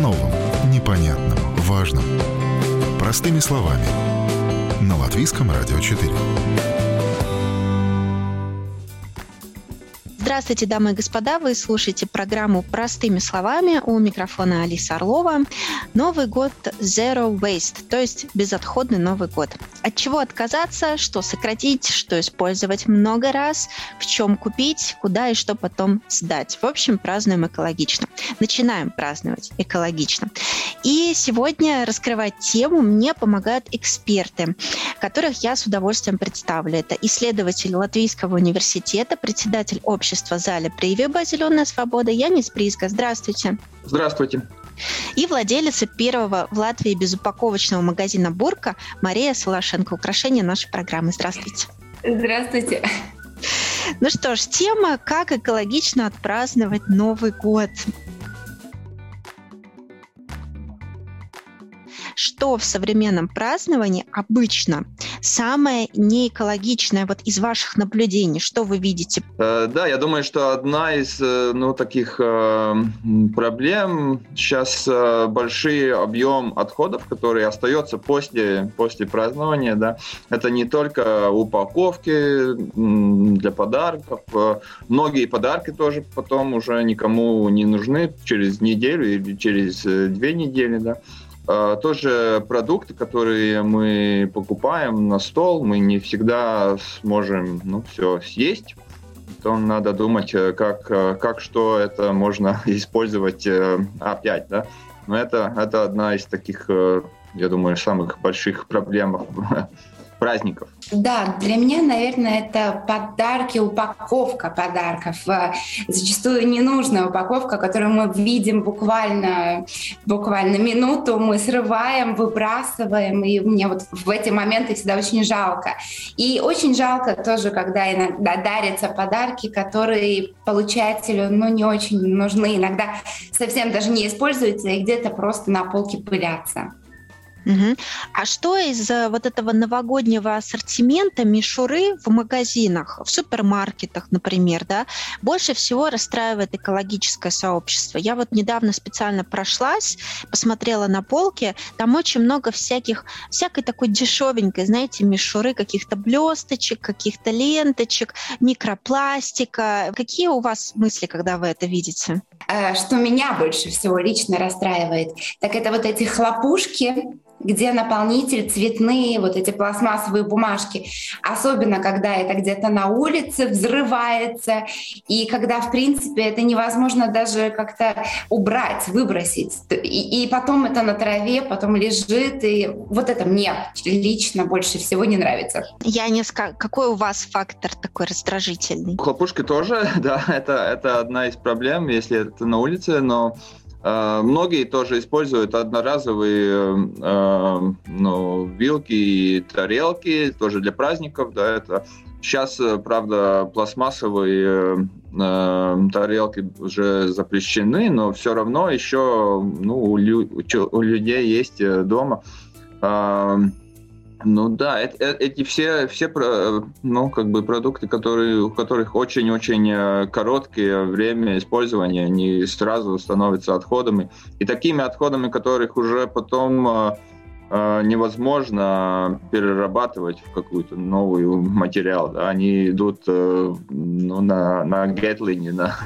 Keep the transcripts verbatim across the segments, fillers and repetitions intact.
новом, непонятном, важном. Простыми словами. На Латвийском радио четыре. Здравствуйте, дамы и господа. Вы слушаете программу «Простыми словами». У микрофона Алиса Орлова. Новый год Zero Waste, то есть безотходный Новый год. От чего отказаться, что сократить, что использовать много раз, в чем купить, куда и что потом сдать. В общем, празднуем экологично. Начинаем праздновать экологично. И сегодня раскрывать тему мне помогают эксперты, которых я с удовольствием представлю. Это исследователь Латвийского университета, председатель общества «Заля Привиба. Зеленая свобода» Янис Призга. Здравствуйте. Здравствуйте. И владелица первого в Латвии безупаковочного магазина «Бурка» Мария Солошенко. Украшение нашей программы. Здравствуйте. Здравствуйте. Ну что ж, тема «Как экологично отпраздновать Новый год». Что в современном праздновании обычно самое неэкологичное вот из ваших наблюдений? Что вы видите? Э, да, я думаю, что одна из ну, таких э, проблем сейчас э, большой объем отходов, который остается после, после празднования. Да. Это не только упаковки для подарков. Многие подарки тоже потом уже никому не нужны через неделю или через две недели. Да. Тоже продукты, которые мы покупаем на стол, мы не всегда сможем ну, все съесть. Потом надо думать, как, как что это можно использовать опять. Да? Но это, это одна из таких, я думаю, самых больших проблем праздников. Да, для меня, наверное, это подарки, упаковка подарков. Зачастую ненужная упаковка, которую мы видим буквально, буквально минуту, мы срываем, выбрасываем, и мне вот в эти моменты всегда очень жалко. И очень жалко тоже, когда иногда дарятся подарки, которые получателю ну, не очень нужны, иногда совсем даже не используются и где-то просто на полке пылятся. Угу. А что из вот этого новогоднего ассортимента мишуры в магазинах, в супермаркетах, например, да, больше всего расстраивает экологическое сообщество? Я вот недавно специально прошлась, посмотрела на полки, там очень много всяких, всякой такой дешевенькой, знаете, мишуры, каких-то блесточек, каких-то ленточек, микропластика. Какие у вас мысли, когда вы это видите? Что меня больше всего лично расстраивает, так это вот эти хлопушки, где наполнитель цветные, вот эти пластмассовые бумажки. Особенно, когда это где-то на улице взрывается, и когда, в принципе, это невозможно даже как-то убрать, выбросить. И, и потом это на траве, потом лежит, и вот это мне лично больше всего не нравится. Янис, какой у вас фактор такой раздражительный? Хлопушки тоже, да, это, это одна из проблем, если это на улице, но многие тоже используют одноразовые э, ну, вилки и тарелки, тоже для праздников. Да, это. Сейчас, правда, пластмассовые э, тарелки уже запрещены, но все равно еще ну, у, лю- у людей есть дома. Э, Ну да, это, эти все, все ну, как бы продукты, которые, у которых очень-очень короткое время использования, они сразу становятся отходами. И такими отходами, которых уже потом э, невозможно перерабатывать в какой-то новый материал. Да? Они идут э, ну, на, на гетлине, на,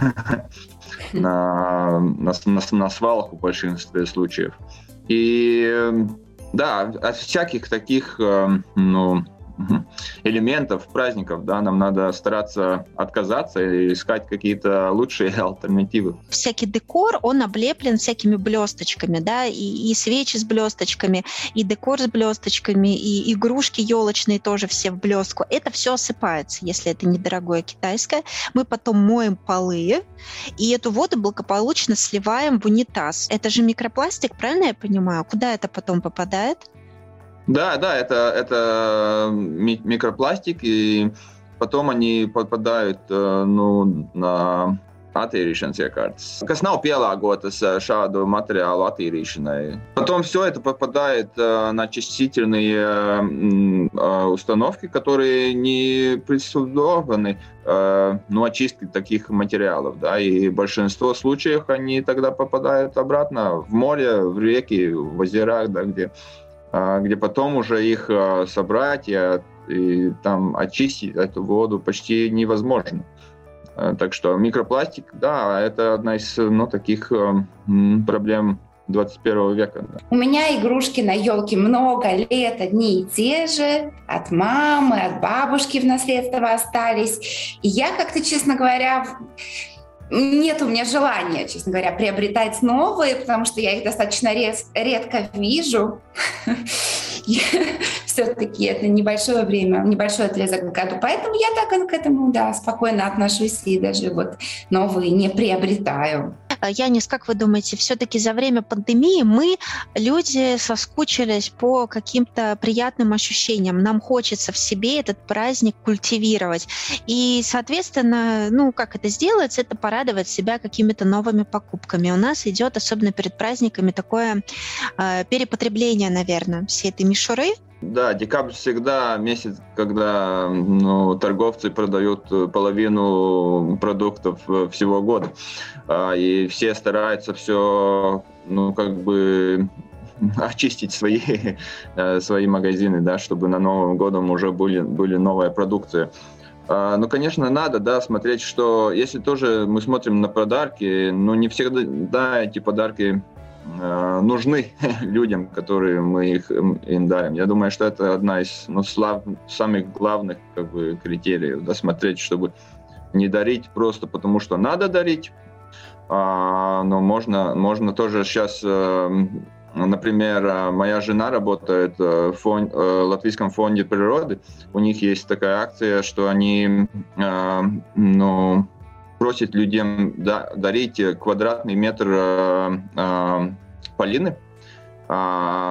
на, на, на, на свалку в большинстве случаев. И да, от всяких таких ну, элементов, праздников, да, нам надо стараться отказаться и искать какие-то лучшие альтернативы. Всякий декор, он облеплен всякими блесточками, да, и, и свечи с блесточками, и декор с блесточками, и игрушки елочные тоже все в блестку. Это все осыпается, если это недорогое китайское. Мы потом моем полы, и эту воду благополучно сливаем в унитаз. Это же микропластик, правильно я понимаю? Куда это потом попадает? Да, да, это, это микропластик, и потом они попадают ну, на attīrīšanas iekārtas, kas nav pielāgotas šādu материалу attīrīšanai. Потом все это попадает на очистительные установки, которые не приспособлены ну, очистки таких материалов, да, и в большинстве случаев они тогда попадают обратно в море, в реки, в озера, да, где, где потом уже их собрать и, и там очистить эту воду почти невозможно. Так что микропластик, да, это одна из ну, таких проблем двадцать первого века. Да. У меня игрушки на елке много лет одни и те же, от мамы, от бабушки в наследство остались. И я как-то, честно говоря, нет у меня желания, честно говоря, приобретать новые, потому что я их достаточно рез- редко вижу. Все-таки это небольшое время, небольшой отрезок в году. Поэтому я так к этому, да, спокойно отношусь и даже вот новые не приобретаю. Янис, как вы думаете, все-таки за время пандемии мы, люди, соскучились по каким-то приятным ощущениям. Нам хочется в себе этот праздник культивировать. И, соответственно, ну, как это сделать? Это порадовать себя какими-то новыми покупками. У нас идет, особенно перед праздниками, такое э, перепотребление, наверное, всей этой мишуры. Да, декабрь всегда месяц, когда ну, торговцы продают половину продуктов всего года. И все стараются все, ну, как бы очистить свои, свои магазины, да, чтобы на Новым годом уже были, были новая продукция. Ну, конечно, надо, да, смотреть, что если тоже мы смотрим на подарки, ну, не всегда да, эти подарки нужны людям, которые мы их, им дарим. Я думаю, что это одна из ну, слав, самых главных как бы, критериев, да, смотреть, чтобы не дарить просто потому, что надо дарить, а, но можно, можно тоже сейчас, например, моя жена работает в фонд, Латвийском фонде природы, у них есть такая акция, что они, ну, просит людям да, дарить квадратный метр э, э, полины, э,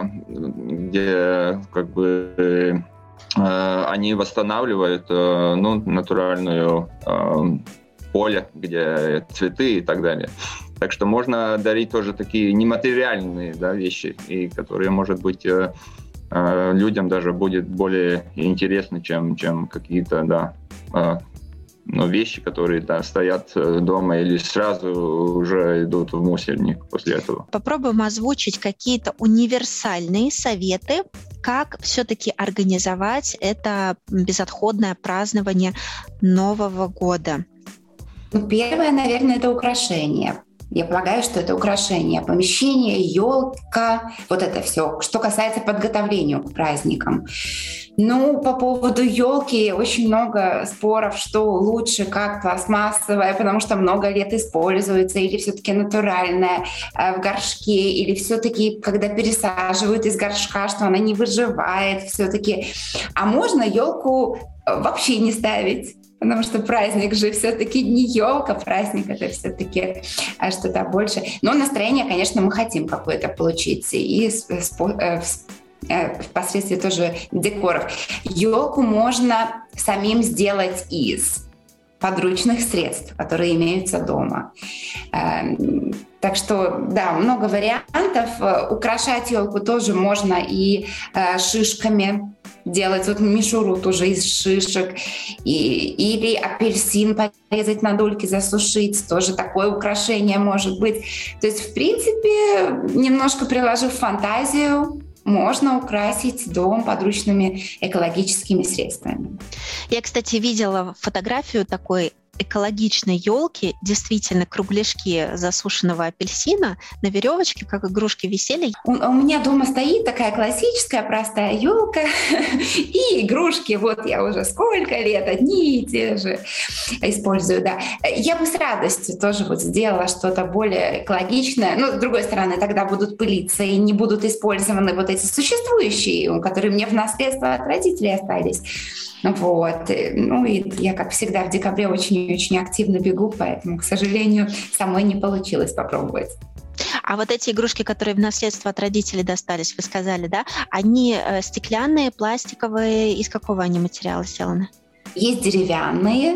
где как бы э, они восстанавливают э, ну, натуральную э, поле, где цветы и так далее. Так что можно дарить тоже такие нематериальные да, вещи, и которые, может быть, э, э, людям даже будет более интересны, чем, чем какие-то да, э, но вещи, которые да, стоят дома или сразу уже идут в мусорник после этого. Попробуем озвучить какие-то универсальные советы, как все-таки организовать это безотходное празднование Нового года. Ну, первое, наверное, это украшение. Я полагаю, что это украшение, помещение, елка, вот это все, что касается подготовления к праздникам. Ну, по поводу елки очень много споров, что лучше, как пластмассовая, потому что много лет используется, или все-таки натуральная э, в горшке, или все-таки, когда пересаживают из горшка, что она не выживает все-таки. А можно елку вообще не ставить? Потому что праздник же все-таки не елка, праздник это все-таки что-то больше. Но настроение, конечно, мы хотим какое-то получить. И впоследствии тоже декоров. Елку можно самим сделать из подручных средств, которые имеются дома. Так что, да, много вариантов. Украшать елку тоже можно и шишками. Делать вот мишуру тоже из шишек, и, или апельсин порезать на дольки, засушить, тоже такое украшение может быть. То есть, в принципе, немножко приложив фантазию, можно украсить дом подручными экологическими средствами. Я, кстати, видела фотографию такой экологичной елки, действительно кругляшки засушенного апельсина на веревочке, как игрушки висели. У, у меня дома стоит такая классическая простая елка и игрушки. Вот я уже сколько лет одни и те же использую. Да. Я бы с радостью тоже вот сделала что-то более экологичное. Но, с другой стороны, тогда будут пылиться и не будут использованы вот эти существующие, которые мне в наследство от родителей остались. Вот. Ну и я, как всегда, в декабре очень-очень активно бегу, поэтому, к сожалению, самой не получилось попробовать. А вот эти игрушки, которые в наследство от родителей достались, вы сказали, да? Они э, стеклянные, пластиковые, из какого они материала сделаны? Есть деревянные,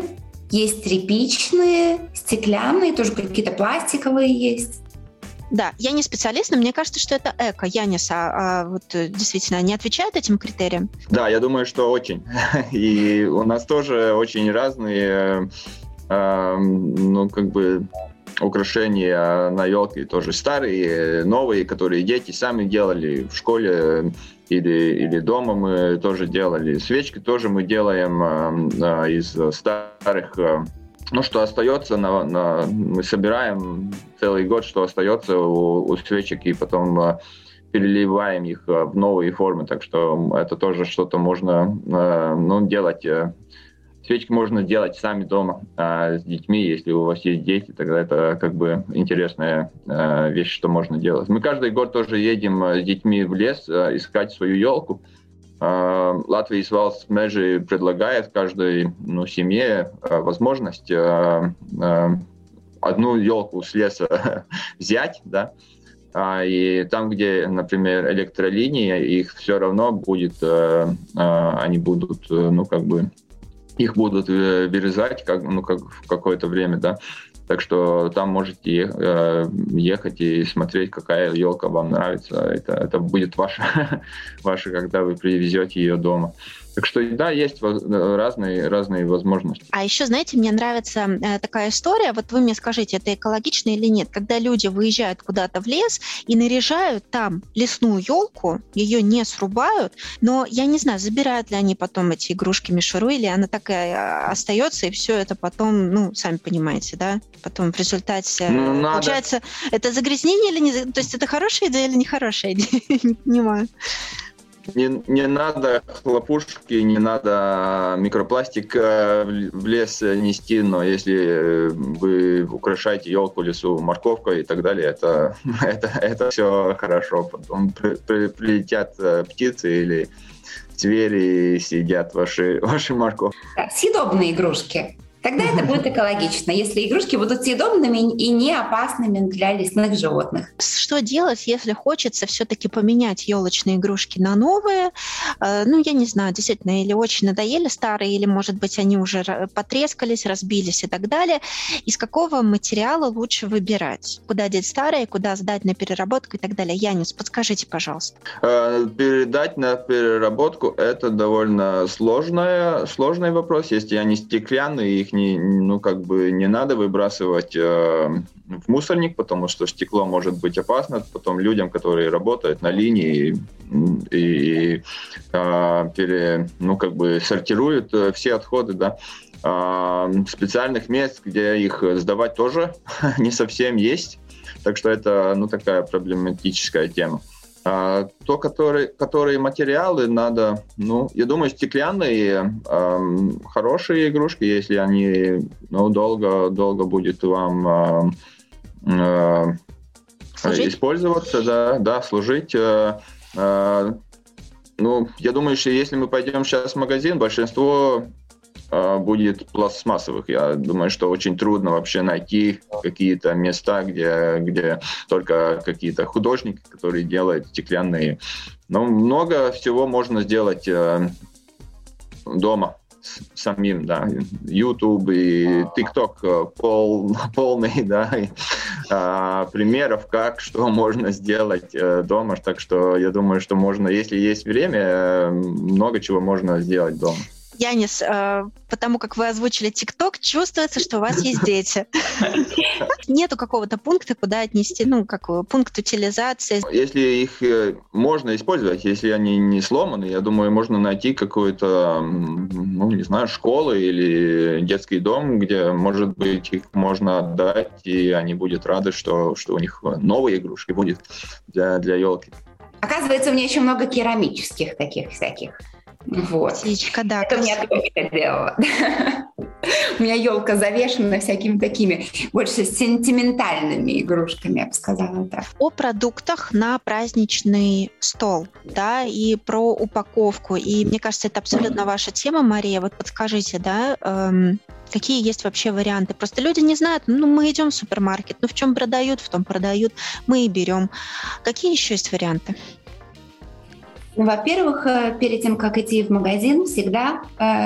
есть тряпичные, стеклянные, тоже какие-то пластиковые есть. Да, я не специалист, но мне кажется, что это эко. Янис, а, а вот действительно не отвечает этим критериям? Да, я думаю, что очень. И у нас тоже очень разные, э, ну, как бы, украшения на елке, тоже старые, новые, которые дети сами делали в школе или, или дома мы тоже делали. Свечки тоже мы делаем э, э, из старых... Э, Ну, что остается, на, на, мы собираем целый год, что остается у, у свечек, и потом э, переливаем их э, в новые формы. Так что это тоже что-то можно э, ну, делать. Э, свечки можно делать сами дома э, с детьми. Если у вас есть дети, тогда это как бы интересная э, вещь, что можно делать. Мы каждый год тоже едем с детьми в лес э, искать свою елку. Латвийс Valsts Meži предлагает каждой ну, семье возможность одну елку с леса взять, да, и там, где, например, электролинии, их все равно будет, они будут, ну, как бы, их будут вырезать как, ну, как в какое-то время, да. Так что там можете ехать и смотреть, какая елка вам нравится. Это, это будет ваша, ваша, когда вы привезете ее дома. Так что, да, есть разные, разные возможности. А еще, знаете, мне нравится э, такая история, вот вы мне скажите, это экологично или нет, когда люди выезжают куда-то в лес и наряжают там лесную елку, ее не срубают, но я не знаю, забирают ли они потом эти игрушки мишуру, или она такая остается, и все это потом, ну, сами понимаете, да, потом в результате, ну, получается, надо. Это загрязнение или не, то есть это хорошая идея или нехорошая идея, не понимаю. Не, не надо хлопушки, не надо микропластик в лес нести, но если вы украшаете елку в лесу морковкой и так далее, это, это, это все хорошо. Потом при, при, прилетят птицы или звери и съедят ваши, ваши морковки. Съедобные игрушки. Тогда это будет экологично, если игрушки будут съедобными и не опасными для лесных животных. Что делать, если хочется все-таки поменять елочные игрушки на новые? Ну, я не знаю, действительно, или очень надоели старые, или, может быть, они уже потрескались, разбились и так далее. Из какого материала лучше выбирать? Куда деть старые, куда сдать на переработку и так далее? Янис, подскажите, пожалуйста. Передать на переработку – это довольно сложная, сложный вопрос. Если они стеклянные, их не, ну, как бы не надо выбрасывать э, в мусорник, потому что стекло может быть опасно потом людям, которые работают на линии и, и э, пере, ну, как бы сортируют э, все отходы, да. Э, специальных мест, где их сдавать, тоже не совсем есть, так что это, ну, такая проблематическая тема. А, то, которые, которые материалы надо, ну, я думаю, стеклянные, э, хорошие игрушки, если они, ну, долго, долго будет вам э, э, использоваться, да, да, служить. Э, э, ну, я думаю, что если мы пойдем сейчас в магазин, большинство будет пластмассовых. Я думаю, что очень трудно вообще найти какие-то места, где, где только какие-то художники, которые делают стеклянные. Но много всего можно сделать э, дома самим, да. YouTube и TikTok пол, полный, да, и, э, примеров, как, что можно сделать э, дома. Так что я думаю, что можно, если есть время, э, много чего можно сделать дома. Янис, потому как вы озвучили ТикТок, чувствуется, что у вас есть дети. Нету какого-то пункта, куда отнести, ну, как пункт утилизации. Если их можно использовать, если они не сломаны, я думаю, можно найти какую-то, ну, не знаю, школу или детский дом, где, может быть, их можно отдать, и они будут рады, что, что у них новые игрушки будет для, для елки. Оказывается, у меня еще много керамических таких всяких. Вот. Птичка, да. Это у меня дочка делала. У меня елка завешена всякими такими больше сентиментальными игрушками, я бы сказала так. О продуктах на праздничный стол, да, и про упаковку. И мне кажется, это абсолютно ваша тема, Мария. Вот подскажите, да, эм, какие есть вообще варианты? Просто люди не знают, ну, мы идем в супермаркет, ну, в чем продают, в том продают, мы и берем. Какие еще есть варианты? Ну, во-первых, перед тем, как идти в магазин, всегда э,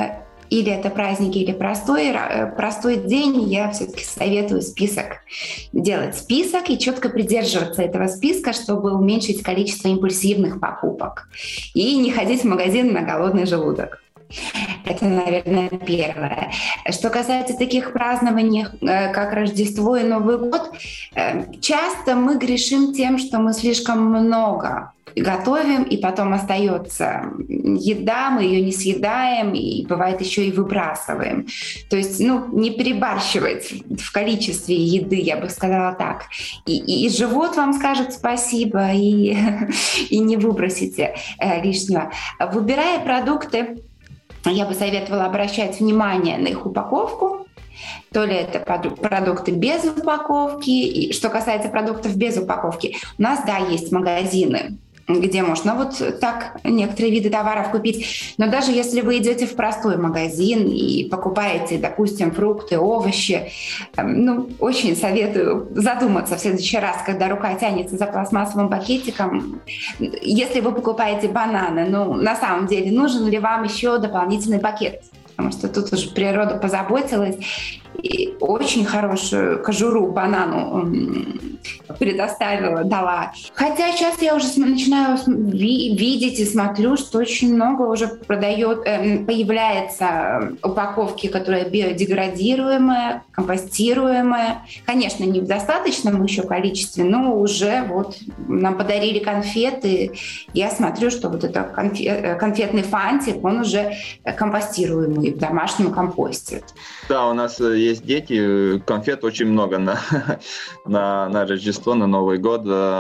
или это праздники, или простой, простой день, я все-таки советую список. Делать список и четко придерживаться этого списка, чтобы уменьшить количество импульсивных покупок. И не ходить в магазин на голодный желудок. Это, наверное, первое. Что касается таких празднований, как Рождество и Новый год, часто мы грешим тем, что мы слишком много готовим, и потом остается еда, мы ее не съедаем, и бывает еще и выбрасываем. То есть, ну, не перебарщивать в количестве еды, я бы сказала так. И, и, и живот вам скажет спасибо, и, и не выбросите лишнего. Выбирая продукты, я бы советовала обращать внимание на их упаковку. То ли это продукты без упаковки. И что касается продуктов без упаковки, у нас, да, есть магазины, где можно вот так некоторые виды товаров купить. Но даже если вы идете в простой магазин и покупаете, допустим, фрукты, овощи, ну, очень советую задуматься в следующий раз, когда рука тянется за пластмассовым пакетиком. Если вы покупаете бананы, ну, на самом деле, нужен ли вам еще дополнительный пакет? Потому что тут уже природа позаботилась и очень хорошую кожуру банану предоставила, дала. Хотя сейчас я уже начинаю видеть и смотрю, что очень много уже продает, появляется упаковки, которые биодеградируемые, компостируемые. Конечно, не в достаточном еще количестве, но уже вот нам подарили конфеты. Я смотрю, что вот этот конфет, конфетный фантик, он уже компостируемый в домашнем компосте. Да, у нас есть дети, конфет очень много на, на, на Рождество, на Новый год.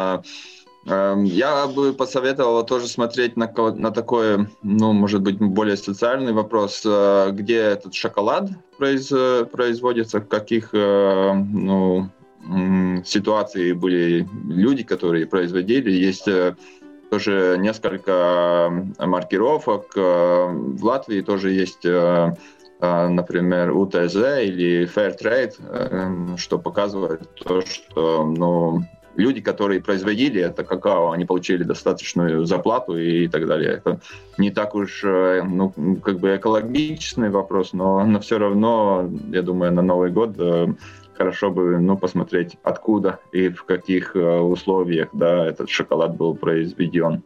Я бы посоветовал тоже смотреть на, на такой, ну, может быть, более социальный вопрос, где этот шоколад произ, производится, в каких, ну, ситуациях были люди, которые производили. Есть тоже несколько маркировок. В Латвии тоже есть, например, УТЗ или Fair Trade, что показывает то, что, ну, люди, которые производили это какао, они получили достаточную зарплату и так далее. Это не так уж, ну, как бы экологичный вопрос, но, но все равно, я думаю, на Новый год хорошо бы, ну, посмотреть, откуда и в каких условиях, да, этот шоколад был произведен.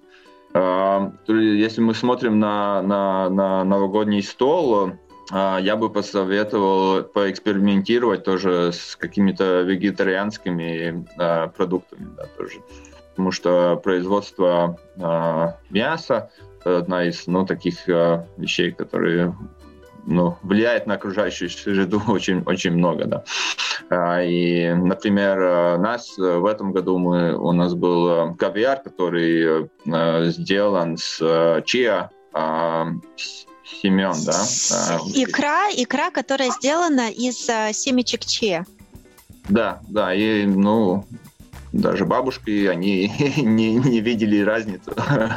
Если мы смотрим на, на, на новогодний стол, я бы посоветовал поэкспериментировать тоже с какими-то вегетарианскими э, продуктами, да, тоже. Потому что производство э, мяса – одна из, ну, таких э, вещей, которые, ну, влияет на окружающую среду очень, очень много, да. А, и, например, у нас в этом году мы, у нас был кавиар, который э, сделан с э, чиа, э, семен, да. Икра, икра, которая сделана из uh, семечек чиа. Да, да, и, ну, даже бабушки, они не, не видели разницу.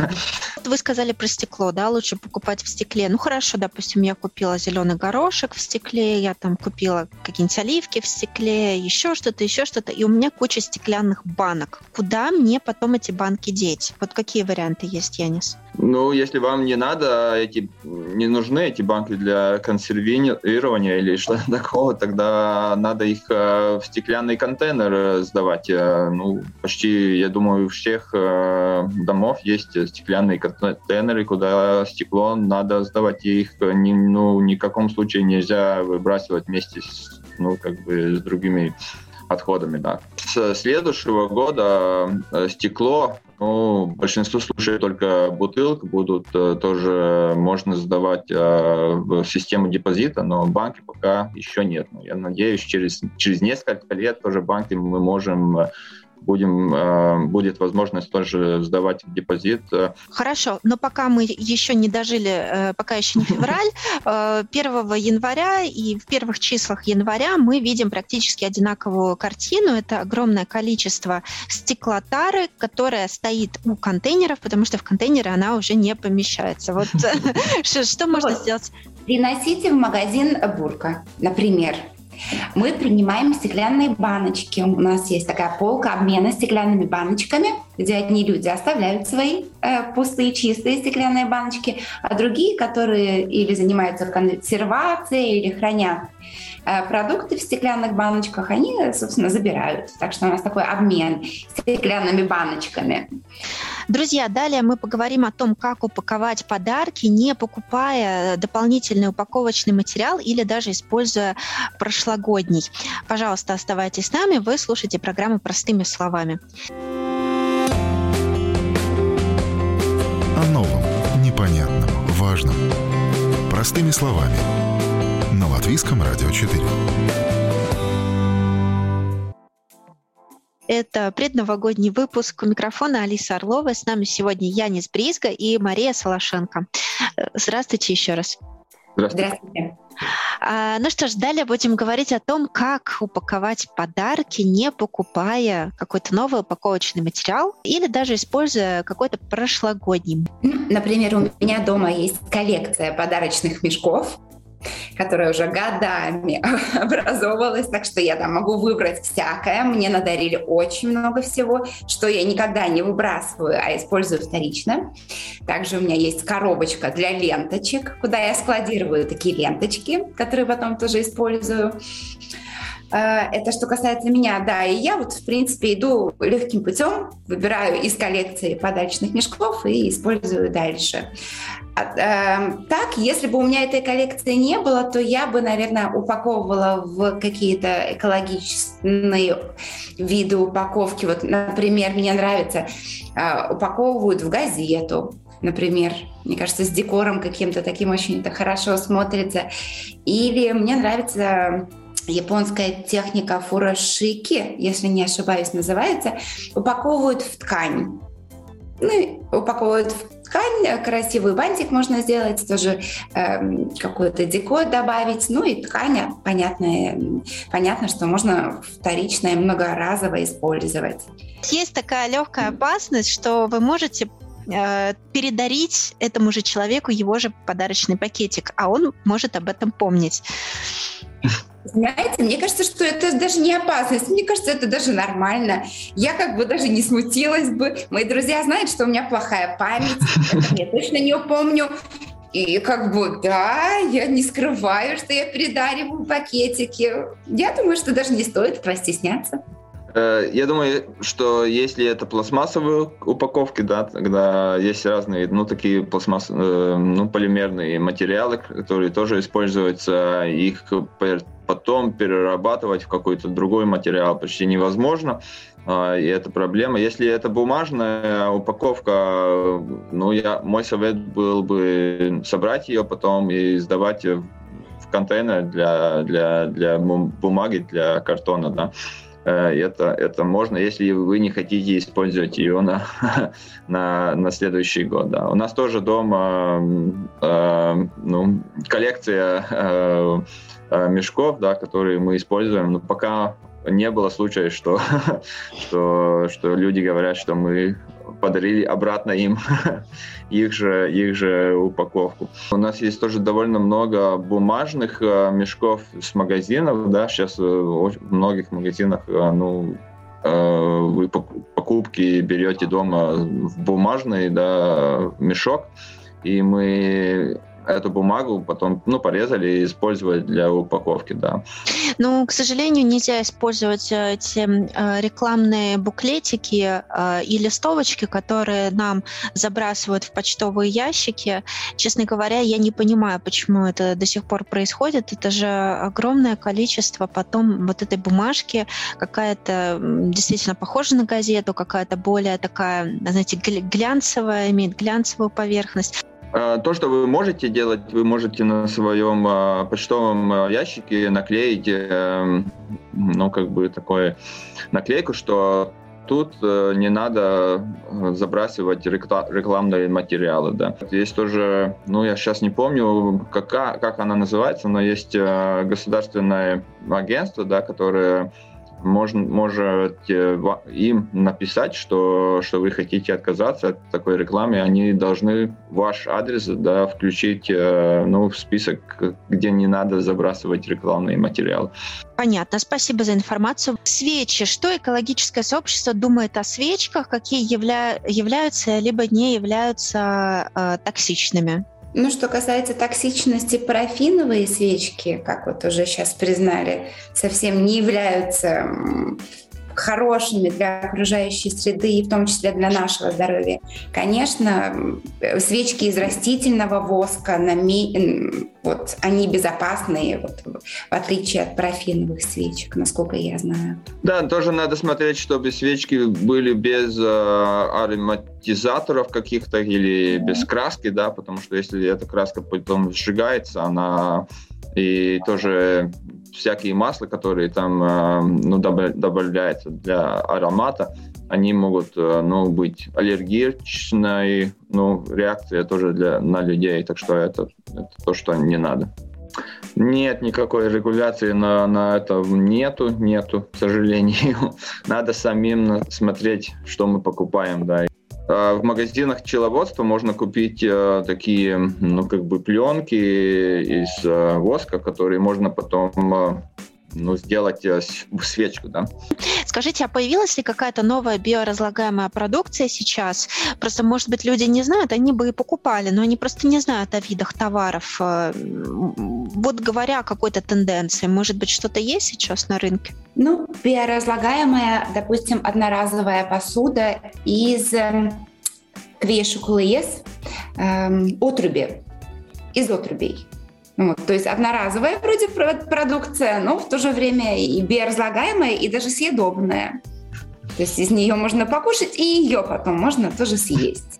Вы сказали про стекло, да, лучше покупать в стекле. Ну хорошо, допустим, я купила зеленый горошек в стекле, я там купила какие-нибудь оливки в стекле, еще что-то, еще что-то, и у меня куча стеклянных банок. Куда мне потом эти банки деть? Вот какие варианты есть, Янис? Ну, если вам не надо, эти, не нужны эти банки для консервирования или что-то такого, тогда надо их в стеклянный контейнер сдавать. Ну, почти, я думаю, у всех домов есть стеклянные контейнеры, куда стекло надо сдавать. И их ни, ну, ни в каком случае нельзя выбрасывать вместе с, ну, как бы, с другими отходами, да. С следующего года стекло, ну, большинство случаев только бутылки будут, тоже можно сдавать в систему депозита, но банки пока еще нет. Я надеюсь, через, через несколько лет тоже банки мы можем будем, будет возможность тоже сдавать депозит. Хорошо, но пока мы еще не дожили, пока еще не февраль, первого января и в первых числах января мы видим практически одинаковую картину. Это огромное количество стеклотары, которая стоит у контейнеров, потому что в контейнеры она уже не помещается. Вот что можно сделать? Приносите в магазин бурка, например. Мы принимаем стеклянные баночки. У нас есть такая полка обмена стеклянными баночками, где одни люди оставляют свои э, пустые, чистые стеклянные баночки, а другие, которые или занимаются консервацией, или хранят э, продукты в стеклянных баночках, они, собственно, забирают. Так что у нас такой обмен стеклянными баночками. Друзья, далее мы поговорим о том, как упаковать подарки, не покупая дополнительный упаковочный материал или даже используя прошлогодний. Пожалуйста, оставайтесь с нами, вы слушаете программу «Простыми словами». О новом, непонятном, важном. Простыми словами. На Латвийском радио четыре. Это предновогодний выпуск. У микрофона Алиса Орлова. С нами сегодня Янис Бризга и Мария Солошенко. Здравствуйте еще раз. Здравствуйте. Здравствуйте. А, ну что ж, далее будем говорить о том, как упаковать подарки, не покупая какой-то новый упаковочный материал или даже используя какой-то прошлогодний. Например, у меня дома есть коллекция подарочных мешков, которая уже годами образовалась, так что я там могу выбрать всякое. Мне надарили очень много всего, что я никогда не выбрасываю, а использую вторично. Также у меня есть коробочка для ленточек, куда я складирую такие ленточки, которые потом тоже использую. Это что касается меня, да, и я вот, в принципе, иду легким путем, выбираю из коллекции подарочных мешков и использую дальше. Так, если бы у меня этой коллекции не было, то я бы, наверное, упаковывала в какие-то экологичные виды упаковки. Вот, например, мне нравится, упаковывают в газету, например. Мне кажется, с декором каким-то таким очень это хорошо смотрится. Или мне нравится японская техника фурошики, если не ошибаюсь, называется, упаковывают в ткань. Ну, упаковывают в ткань, красивый бантик можно сделать, тоже э, какой-то декор добавить. Ну и ткань, понятно, понятно, что можно вторично и многоразово использовать. Есть такая легкая опасность, что вы можете э, передарить этому же человеку его же подарочный пакетик, а он может об этом помнить. Знаете, мне кажется, что это даже не опасность. Мне кажется, это даже нормально. Я как бы даже не смутилась бы. Мои друзья знают, что у меня плохая память. Это я точно не помню. И как бы, да, я не скрываю, что я передариваю пакетики. Я думаю, что даже не стоит постесняться. Я думаю, что если это пластмассовые упаковки, да, тогда есть разные, ну, такие пластмассовые, ну, полимерные материалы, которые тоже используются, их потом перерабатывать в какой-то другой материал почти невозможно, и это проблема. Если это бумажная упаковка, ну, я, мой совет был бы собрать ее потом и сдавать в контейнер для, для, для бумаги, для картона, да. Это, это можно, если вы не хотите использовать ее на, на, на следующий год. Да. У нас тоже дома э, ну, коллекция э, мешков, да, которые мы используем, но пока не было случая, что, что, что люди говорят, что мы подарили обратно им их же, их же упаковку. У нас есть тоже довольно много бумажных э, мешков с магазинов. Да? Сейчас э, в многих магазинах э, ну, э, вы покупки берете дома в бумажный, да, мешок, и мы эту бумагу потом, ну, порезали и использовали для упаковки, да. Ну, к сожалению, нельзя использовать эти э, рекламные буклетики э, и листовочки, которые нам забрасывают в почтовые ящики. Честно говоря, я не понимаю, почему это до сих пор происходит. Это же огромное количество потом вот этой бумажки, какая-то действительно похожа на газету, какая-то более такая, знаете, глянцевая, имеет глянцевую поверхность. То, что вы можете делать, вы можете на своем э, почтовом ящике наклеить, э, ну, как бы такую наклейку, что тут э, не надо забрасывать рекла- рекламные материалы, да. Есть тоже, ну, я сейчас не помню, как, как она называется, но есть э, государственное агентство, да, которое можно, можете им написать, что, что вы хотите отказаться от такой рекламы. Они должны ваш адрес, да, включить, ну, в список, где не надо забрасывать рекламные материалы. Понятно. Спасибо за информацию. Свечи. Что экологическое сообщество думает о свечках? Какие явля... являются либо не являются э, токсичными? Ну, что касается токсичности, парафиновые свечки, как вот уже сейчас признали, совсем не являются хорошими для окружающей среды и в том числе для нашего здоровья. Конечно, свечки из растительного воска, вот, они безопасные, вот, в отличие от парафиновых свечек, насколько я знаю. Да, тоже надо смотреть, чтобы свечки были без э, ароматизаторов каких-то или без краски, да, потому что если эта краска потом сжигается, она и тоже всякие масла, которые там ну, добавляются для аромата, они могут ну, быть аллергичной, ну, реакция тоже для, на людей, так что это, это то, что не надо. Нет, никакой регуляции на, на это нету, нету, к сожалению. Надо самим смотреть, что мы покупаем, да. В магазинах пчеловодства можно купить э, такие, ну, как бы пленки из э, воска, которые можно потом э, ну, сделать э, свечку, да. Скажите, а появилась ли какая-то новая биоразлагаемая продукция сейчас? Просто, может быть, люди не знают, они бы и покупали, но они просто не знают о видах товаров. Вот говоря о какой-то тенденции, может быть, что-то есть сейчас на рынке? Ну, биоразлагаемая, допустим, одноразовая посуда из квешукулес, эм, отруби, из отрубей. Вот, то есть одноразовая вроде продукция, но в то же время и биоразлагаемая, и даже съедобная. То есть из нее можно покушать, и ее потом можно тоже съесть.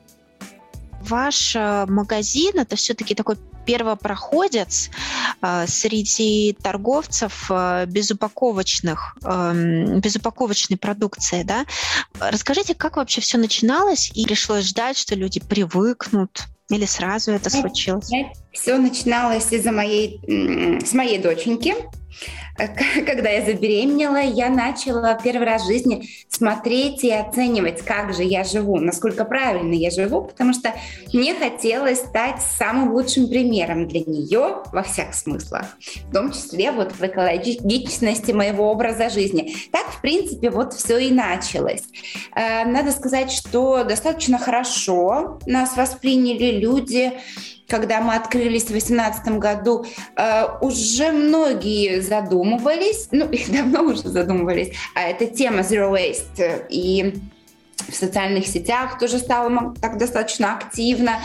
Ваш магазин – это все-таки такой первопроходец э, среди торговцев э, безупаковочных, э, безупаковочной продукции, да? Расскажите, как вообще все начиналось, и пришлось ждать, что люди привыкнут, или сразу это случилось? Все начиналось из-за моей, с моей доченьки. Когда я забеременела, я начала первый раз в жизни смотреть и оценивать, как же я живу, насколько правильно я живу, потому что мне хотелось стать самым лучшим примером для нее во всех смыслах, в том числе вот в экологичности моего образа жизни. Так, в принципе, вот все и началось. Надо сказать, что достаточно хорошо нас восприняли люди. Когда мы открылись в две тысячи восемнадцатом году, э, уже многие задумывались, ну, их давно уже задумывались, а это тема Zero Waste, и в социальных сетях тоже стало так достаточно активно,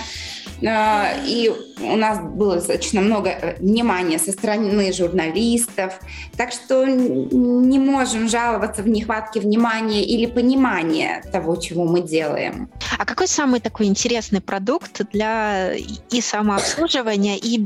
э, и у нас было достаточно много внимания со стороны журналистов, так что не можем жаловаться в нехватке внимания или понимания того, чего мы делаем. А какой самый такой интересный продукт для и самообслуживания, и,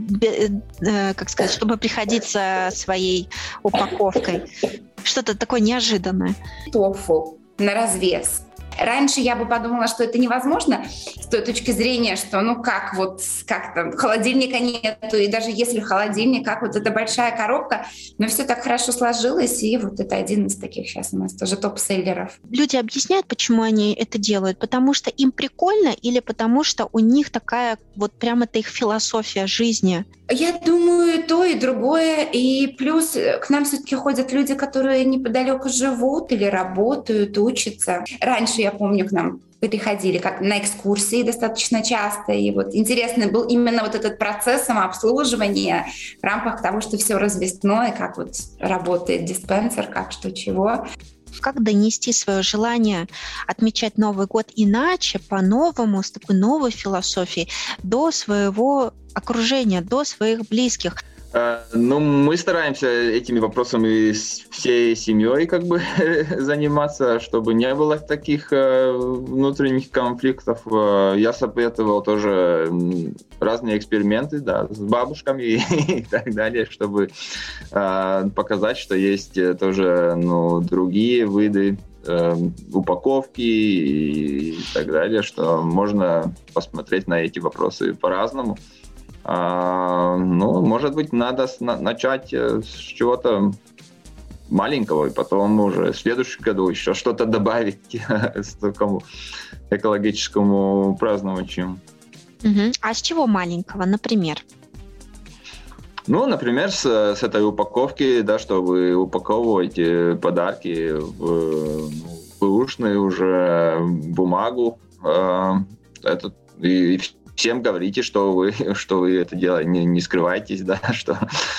как сказать, чтобы приходить со своей упаковкой? Что-то такое неожиданное. Тофу на развес. Раньше я бы подумала, что это невозможно с той точки зрения, что ну как вот, как там, холодильника нету, и даже если холодильник, как вот эта большая коробка, но все так хорошо сложилось, и вот это один из таких сейчас у нас тоже топ-селлеров. Люди объясняют, почему они это делают? Потому что им прикольно или потому что у них такая вот прям это их философия жизни? Я думаю, то и другое. И плюс к нам все-таки ходят люди, которые неподалеку живут или работают, учатся. Раньше, я помню, к нам приходили как на экскурсии достаточно часто. И вот интересный был именно вот этот процесс самообслуживания в рамках того, что все развесное, как вот работает диспенсер, как что чего. Как донести свое желание отмечать Новый год иначе, по-новому, с такой новой философией, до своего окружения, до своих близких? Ну, мы стараемся этими вопросами с всей семьей как бы заниматься, чтобы не было таких внутренних конфликтов. Я советовал тоже разные эксперименты, да, с бабушками и так далее, чтобы показать, что есть тоже, ну, другие виды упаковки и так далее, что можно посмотреть на эти вопросы по-разному. А, ну, может быть, надо с, на, начать с чего-то маленького, и потом уже в следующем году еще что-то добавить к такому экологическому празднованию. Угу. А с чего маленького, например? Ну, например, с, с этой упаковки, да, что вы упаковываете подарки в ну, бэушную уже бумагу. Э, это, и всем говорите, что вы, что вы это делаете, не, не скрывайтесь, да, что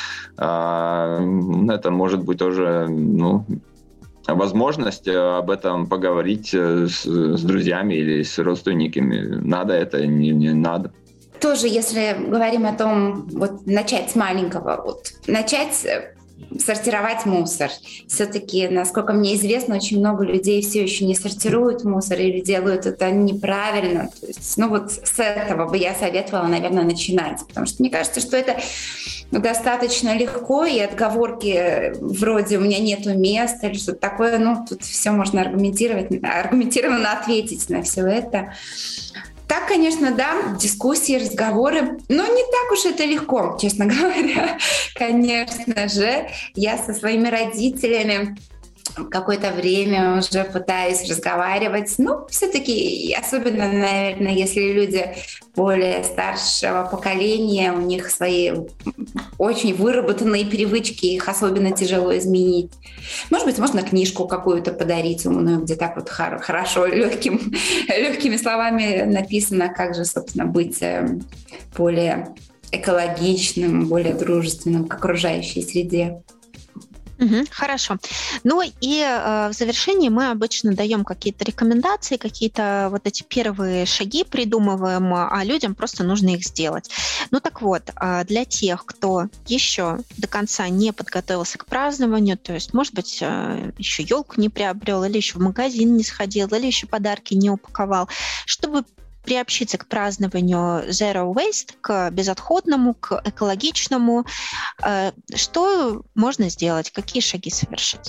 э, это может быть тоже, ну, возможность об этом поговорить с, с друзьями или с родственниками. Надо это, не, не надо. Тоже, если говорим о том, вот начать с маленького, вот начать сортировать мусор. Все-таки, насколько мне известно, очень много людей все еще не сортируют мусор или делают это неправильно. То есть, ну вот с этого бы я советовала, наверное, начинать. Потому что мне кажется, что это достаточно легко, и отговорки вроде «у меня нету места» или что-то такое, ну тут все можно аргументировать, аргументированно ответить на все это. Так, конечно, да, дискуссии, разговоры, но не так уж это легко, честно говоря. Конечно же, я со своими родителями какое-то время уже пытаюсь разговаривать. Ну, все-таки, особенно, наверное, если люди более старшего поколения, у них свои очень выработанные привычки, их особенно тяжело изменить. Может быть, можно книжку какую-то подарить умную, где так вот хорошо, легким, легкими словами написано, как же, собственно, быть более экологичным, более дружественным к окружающей среде. Угу, хорошо. Ну и э, в завершении мы обычно даем какие-то рекомендации, какие-то вот эти первые шаги придумываем, а людям просто нужно их сделать. Ну так вот, э, для тех, кто еще до конца не подготовился к празднованию, то есть, может быть, э, еще елку не приобрел, или еще в магазин не сходил, или еще подарки не упаковал, чтобы приобщиться к празднованию Zero Waste, к безотходному, к экологичному. Что можно сделать? Какие шаги совершить?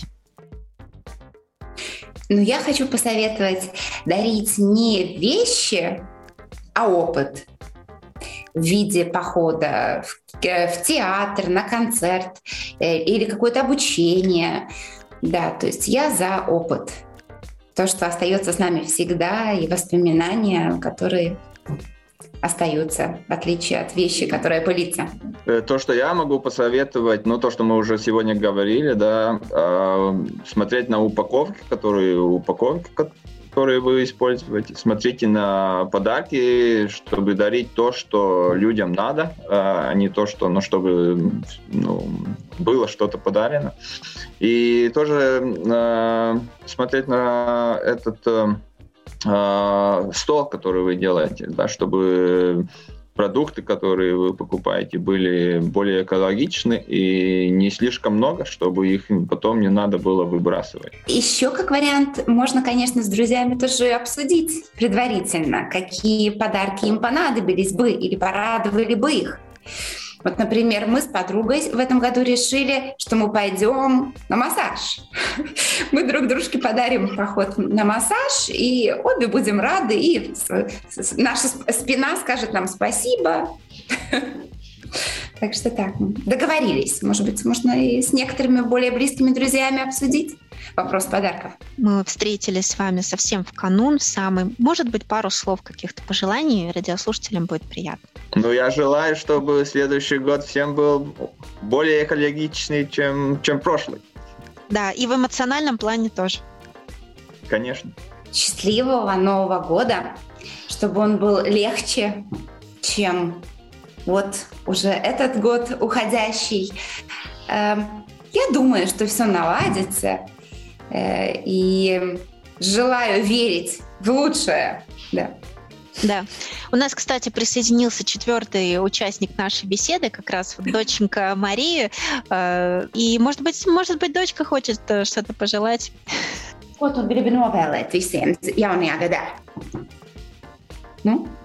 Ну, я хочу посоветовать дарить не вещи, а опыт в виде похода в, в театр, на концерт или какое-то обучение. Да, то есть я за опыт. То, что остается с нами всегда, и воспоминания, которые остаются, в отличие от вещи, которые пылятся. То, что я могу посоветовать, ну, то, что мы уже сегодня говорили, да, э, смотреть на упаковки, которые, упаковки, которые вы используете, смотрите на подарки, чтобы дарить то, что людям надо, а не то, что, ну, чтобы ну, было что-то подарено. И тоже э, смотреть на этот э, стол, который вы делаете, да, чтобы продукты, которые вы покупаете, были более экологичны и не слишком много, чтобы их потом не надо было выбрасывать. Еще как вариант, можно, конечно, с друзьями тоже обсудить предварительно, какие подарки им понадобились бы или порадовали бы их. Вот, например, мы с подругой в этом году решили, что мы пойдем на массаж. Мы друг дружке подарим поход на массаж, и обе будем рады, и наша спина скажет нам спасибо. Так что так, договорились. Может быть, можно и с некоторыми более близкими друзьями обсудить вопрос подарков. Мы встретились с вами совсем в канун, в самый, может быть, пару слов каких-то пожеланий радиослушателям будет приятно. Ну, я желаю, чтобы следующий год всем был более экологичный, чем, чем прошлый. Да, и в эмоциональном плане тоже. Конечно. Счастливого Нового года, чтобы он был легче, чем вот уже этот год уходящий. Я думаю, что все наладится. И желаю верить в лучшее. Да. Да. У нас, кстати, присоединился четвертый участник нашей беседы, как раз вот доченька Мария. И, может быть, может быть, дочка хочет что-то пожелать. Ko tu gribi novēlēt visiem jaunajā gadā? Nu?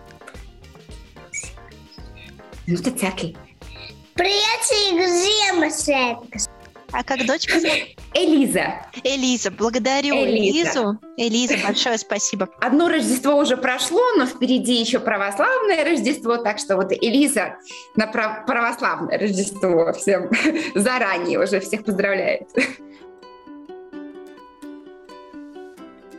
Nu, tad saki. Priecīgas Ziemassvētkus! А как дочка зовут? Элиза. Элиза, благодарю Элиза. Элизу. Элиза, большое спасибо. Одно Рождество уже прошло, но впереди еще православное Рождество, так что вот Элиза на прав- православное Рождество всем заранее уже всех поздравляет.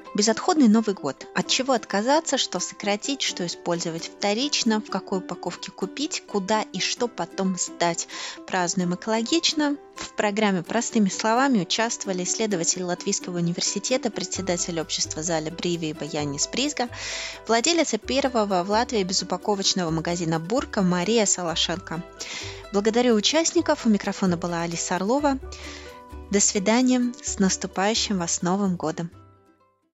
Безотходный Новый год. От чего отказаться, что сократить, что использовать вторично, в какой упаковке купить, куда и что потом сдать. Празднуем экологично. В программе «Простыми словами» участвовали исследователи Латвийского университета, председатель общества Заля Брīvība Янис Призга, владелица первого в Латвии безупаковочного магазина «Бурка» Мария Салашенко. Благодарю участников. У микрофона была Алиса Орлова. До свидания. С наступающим вас Новым годом!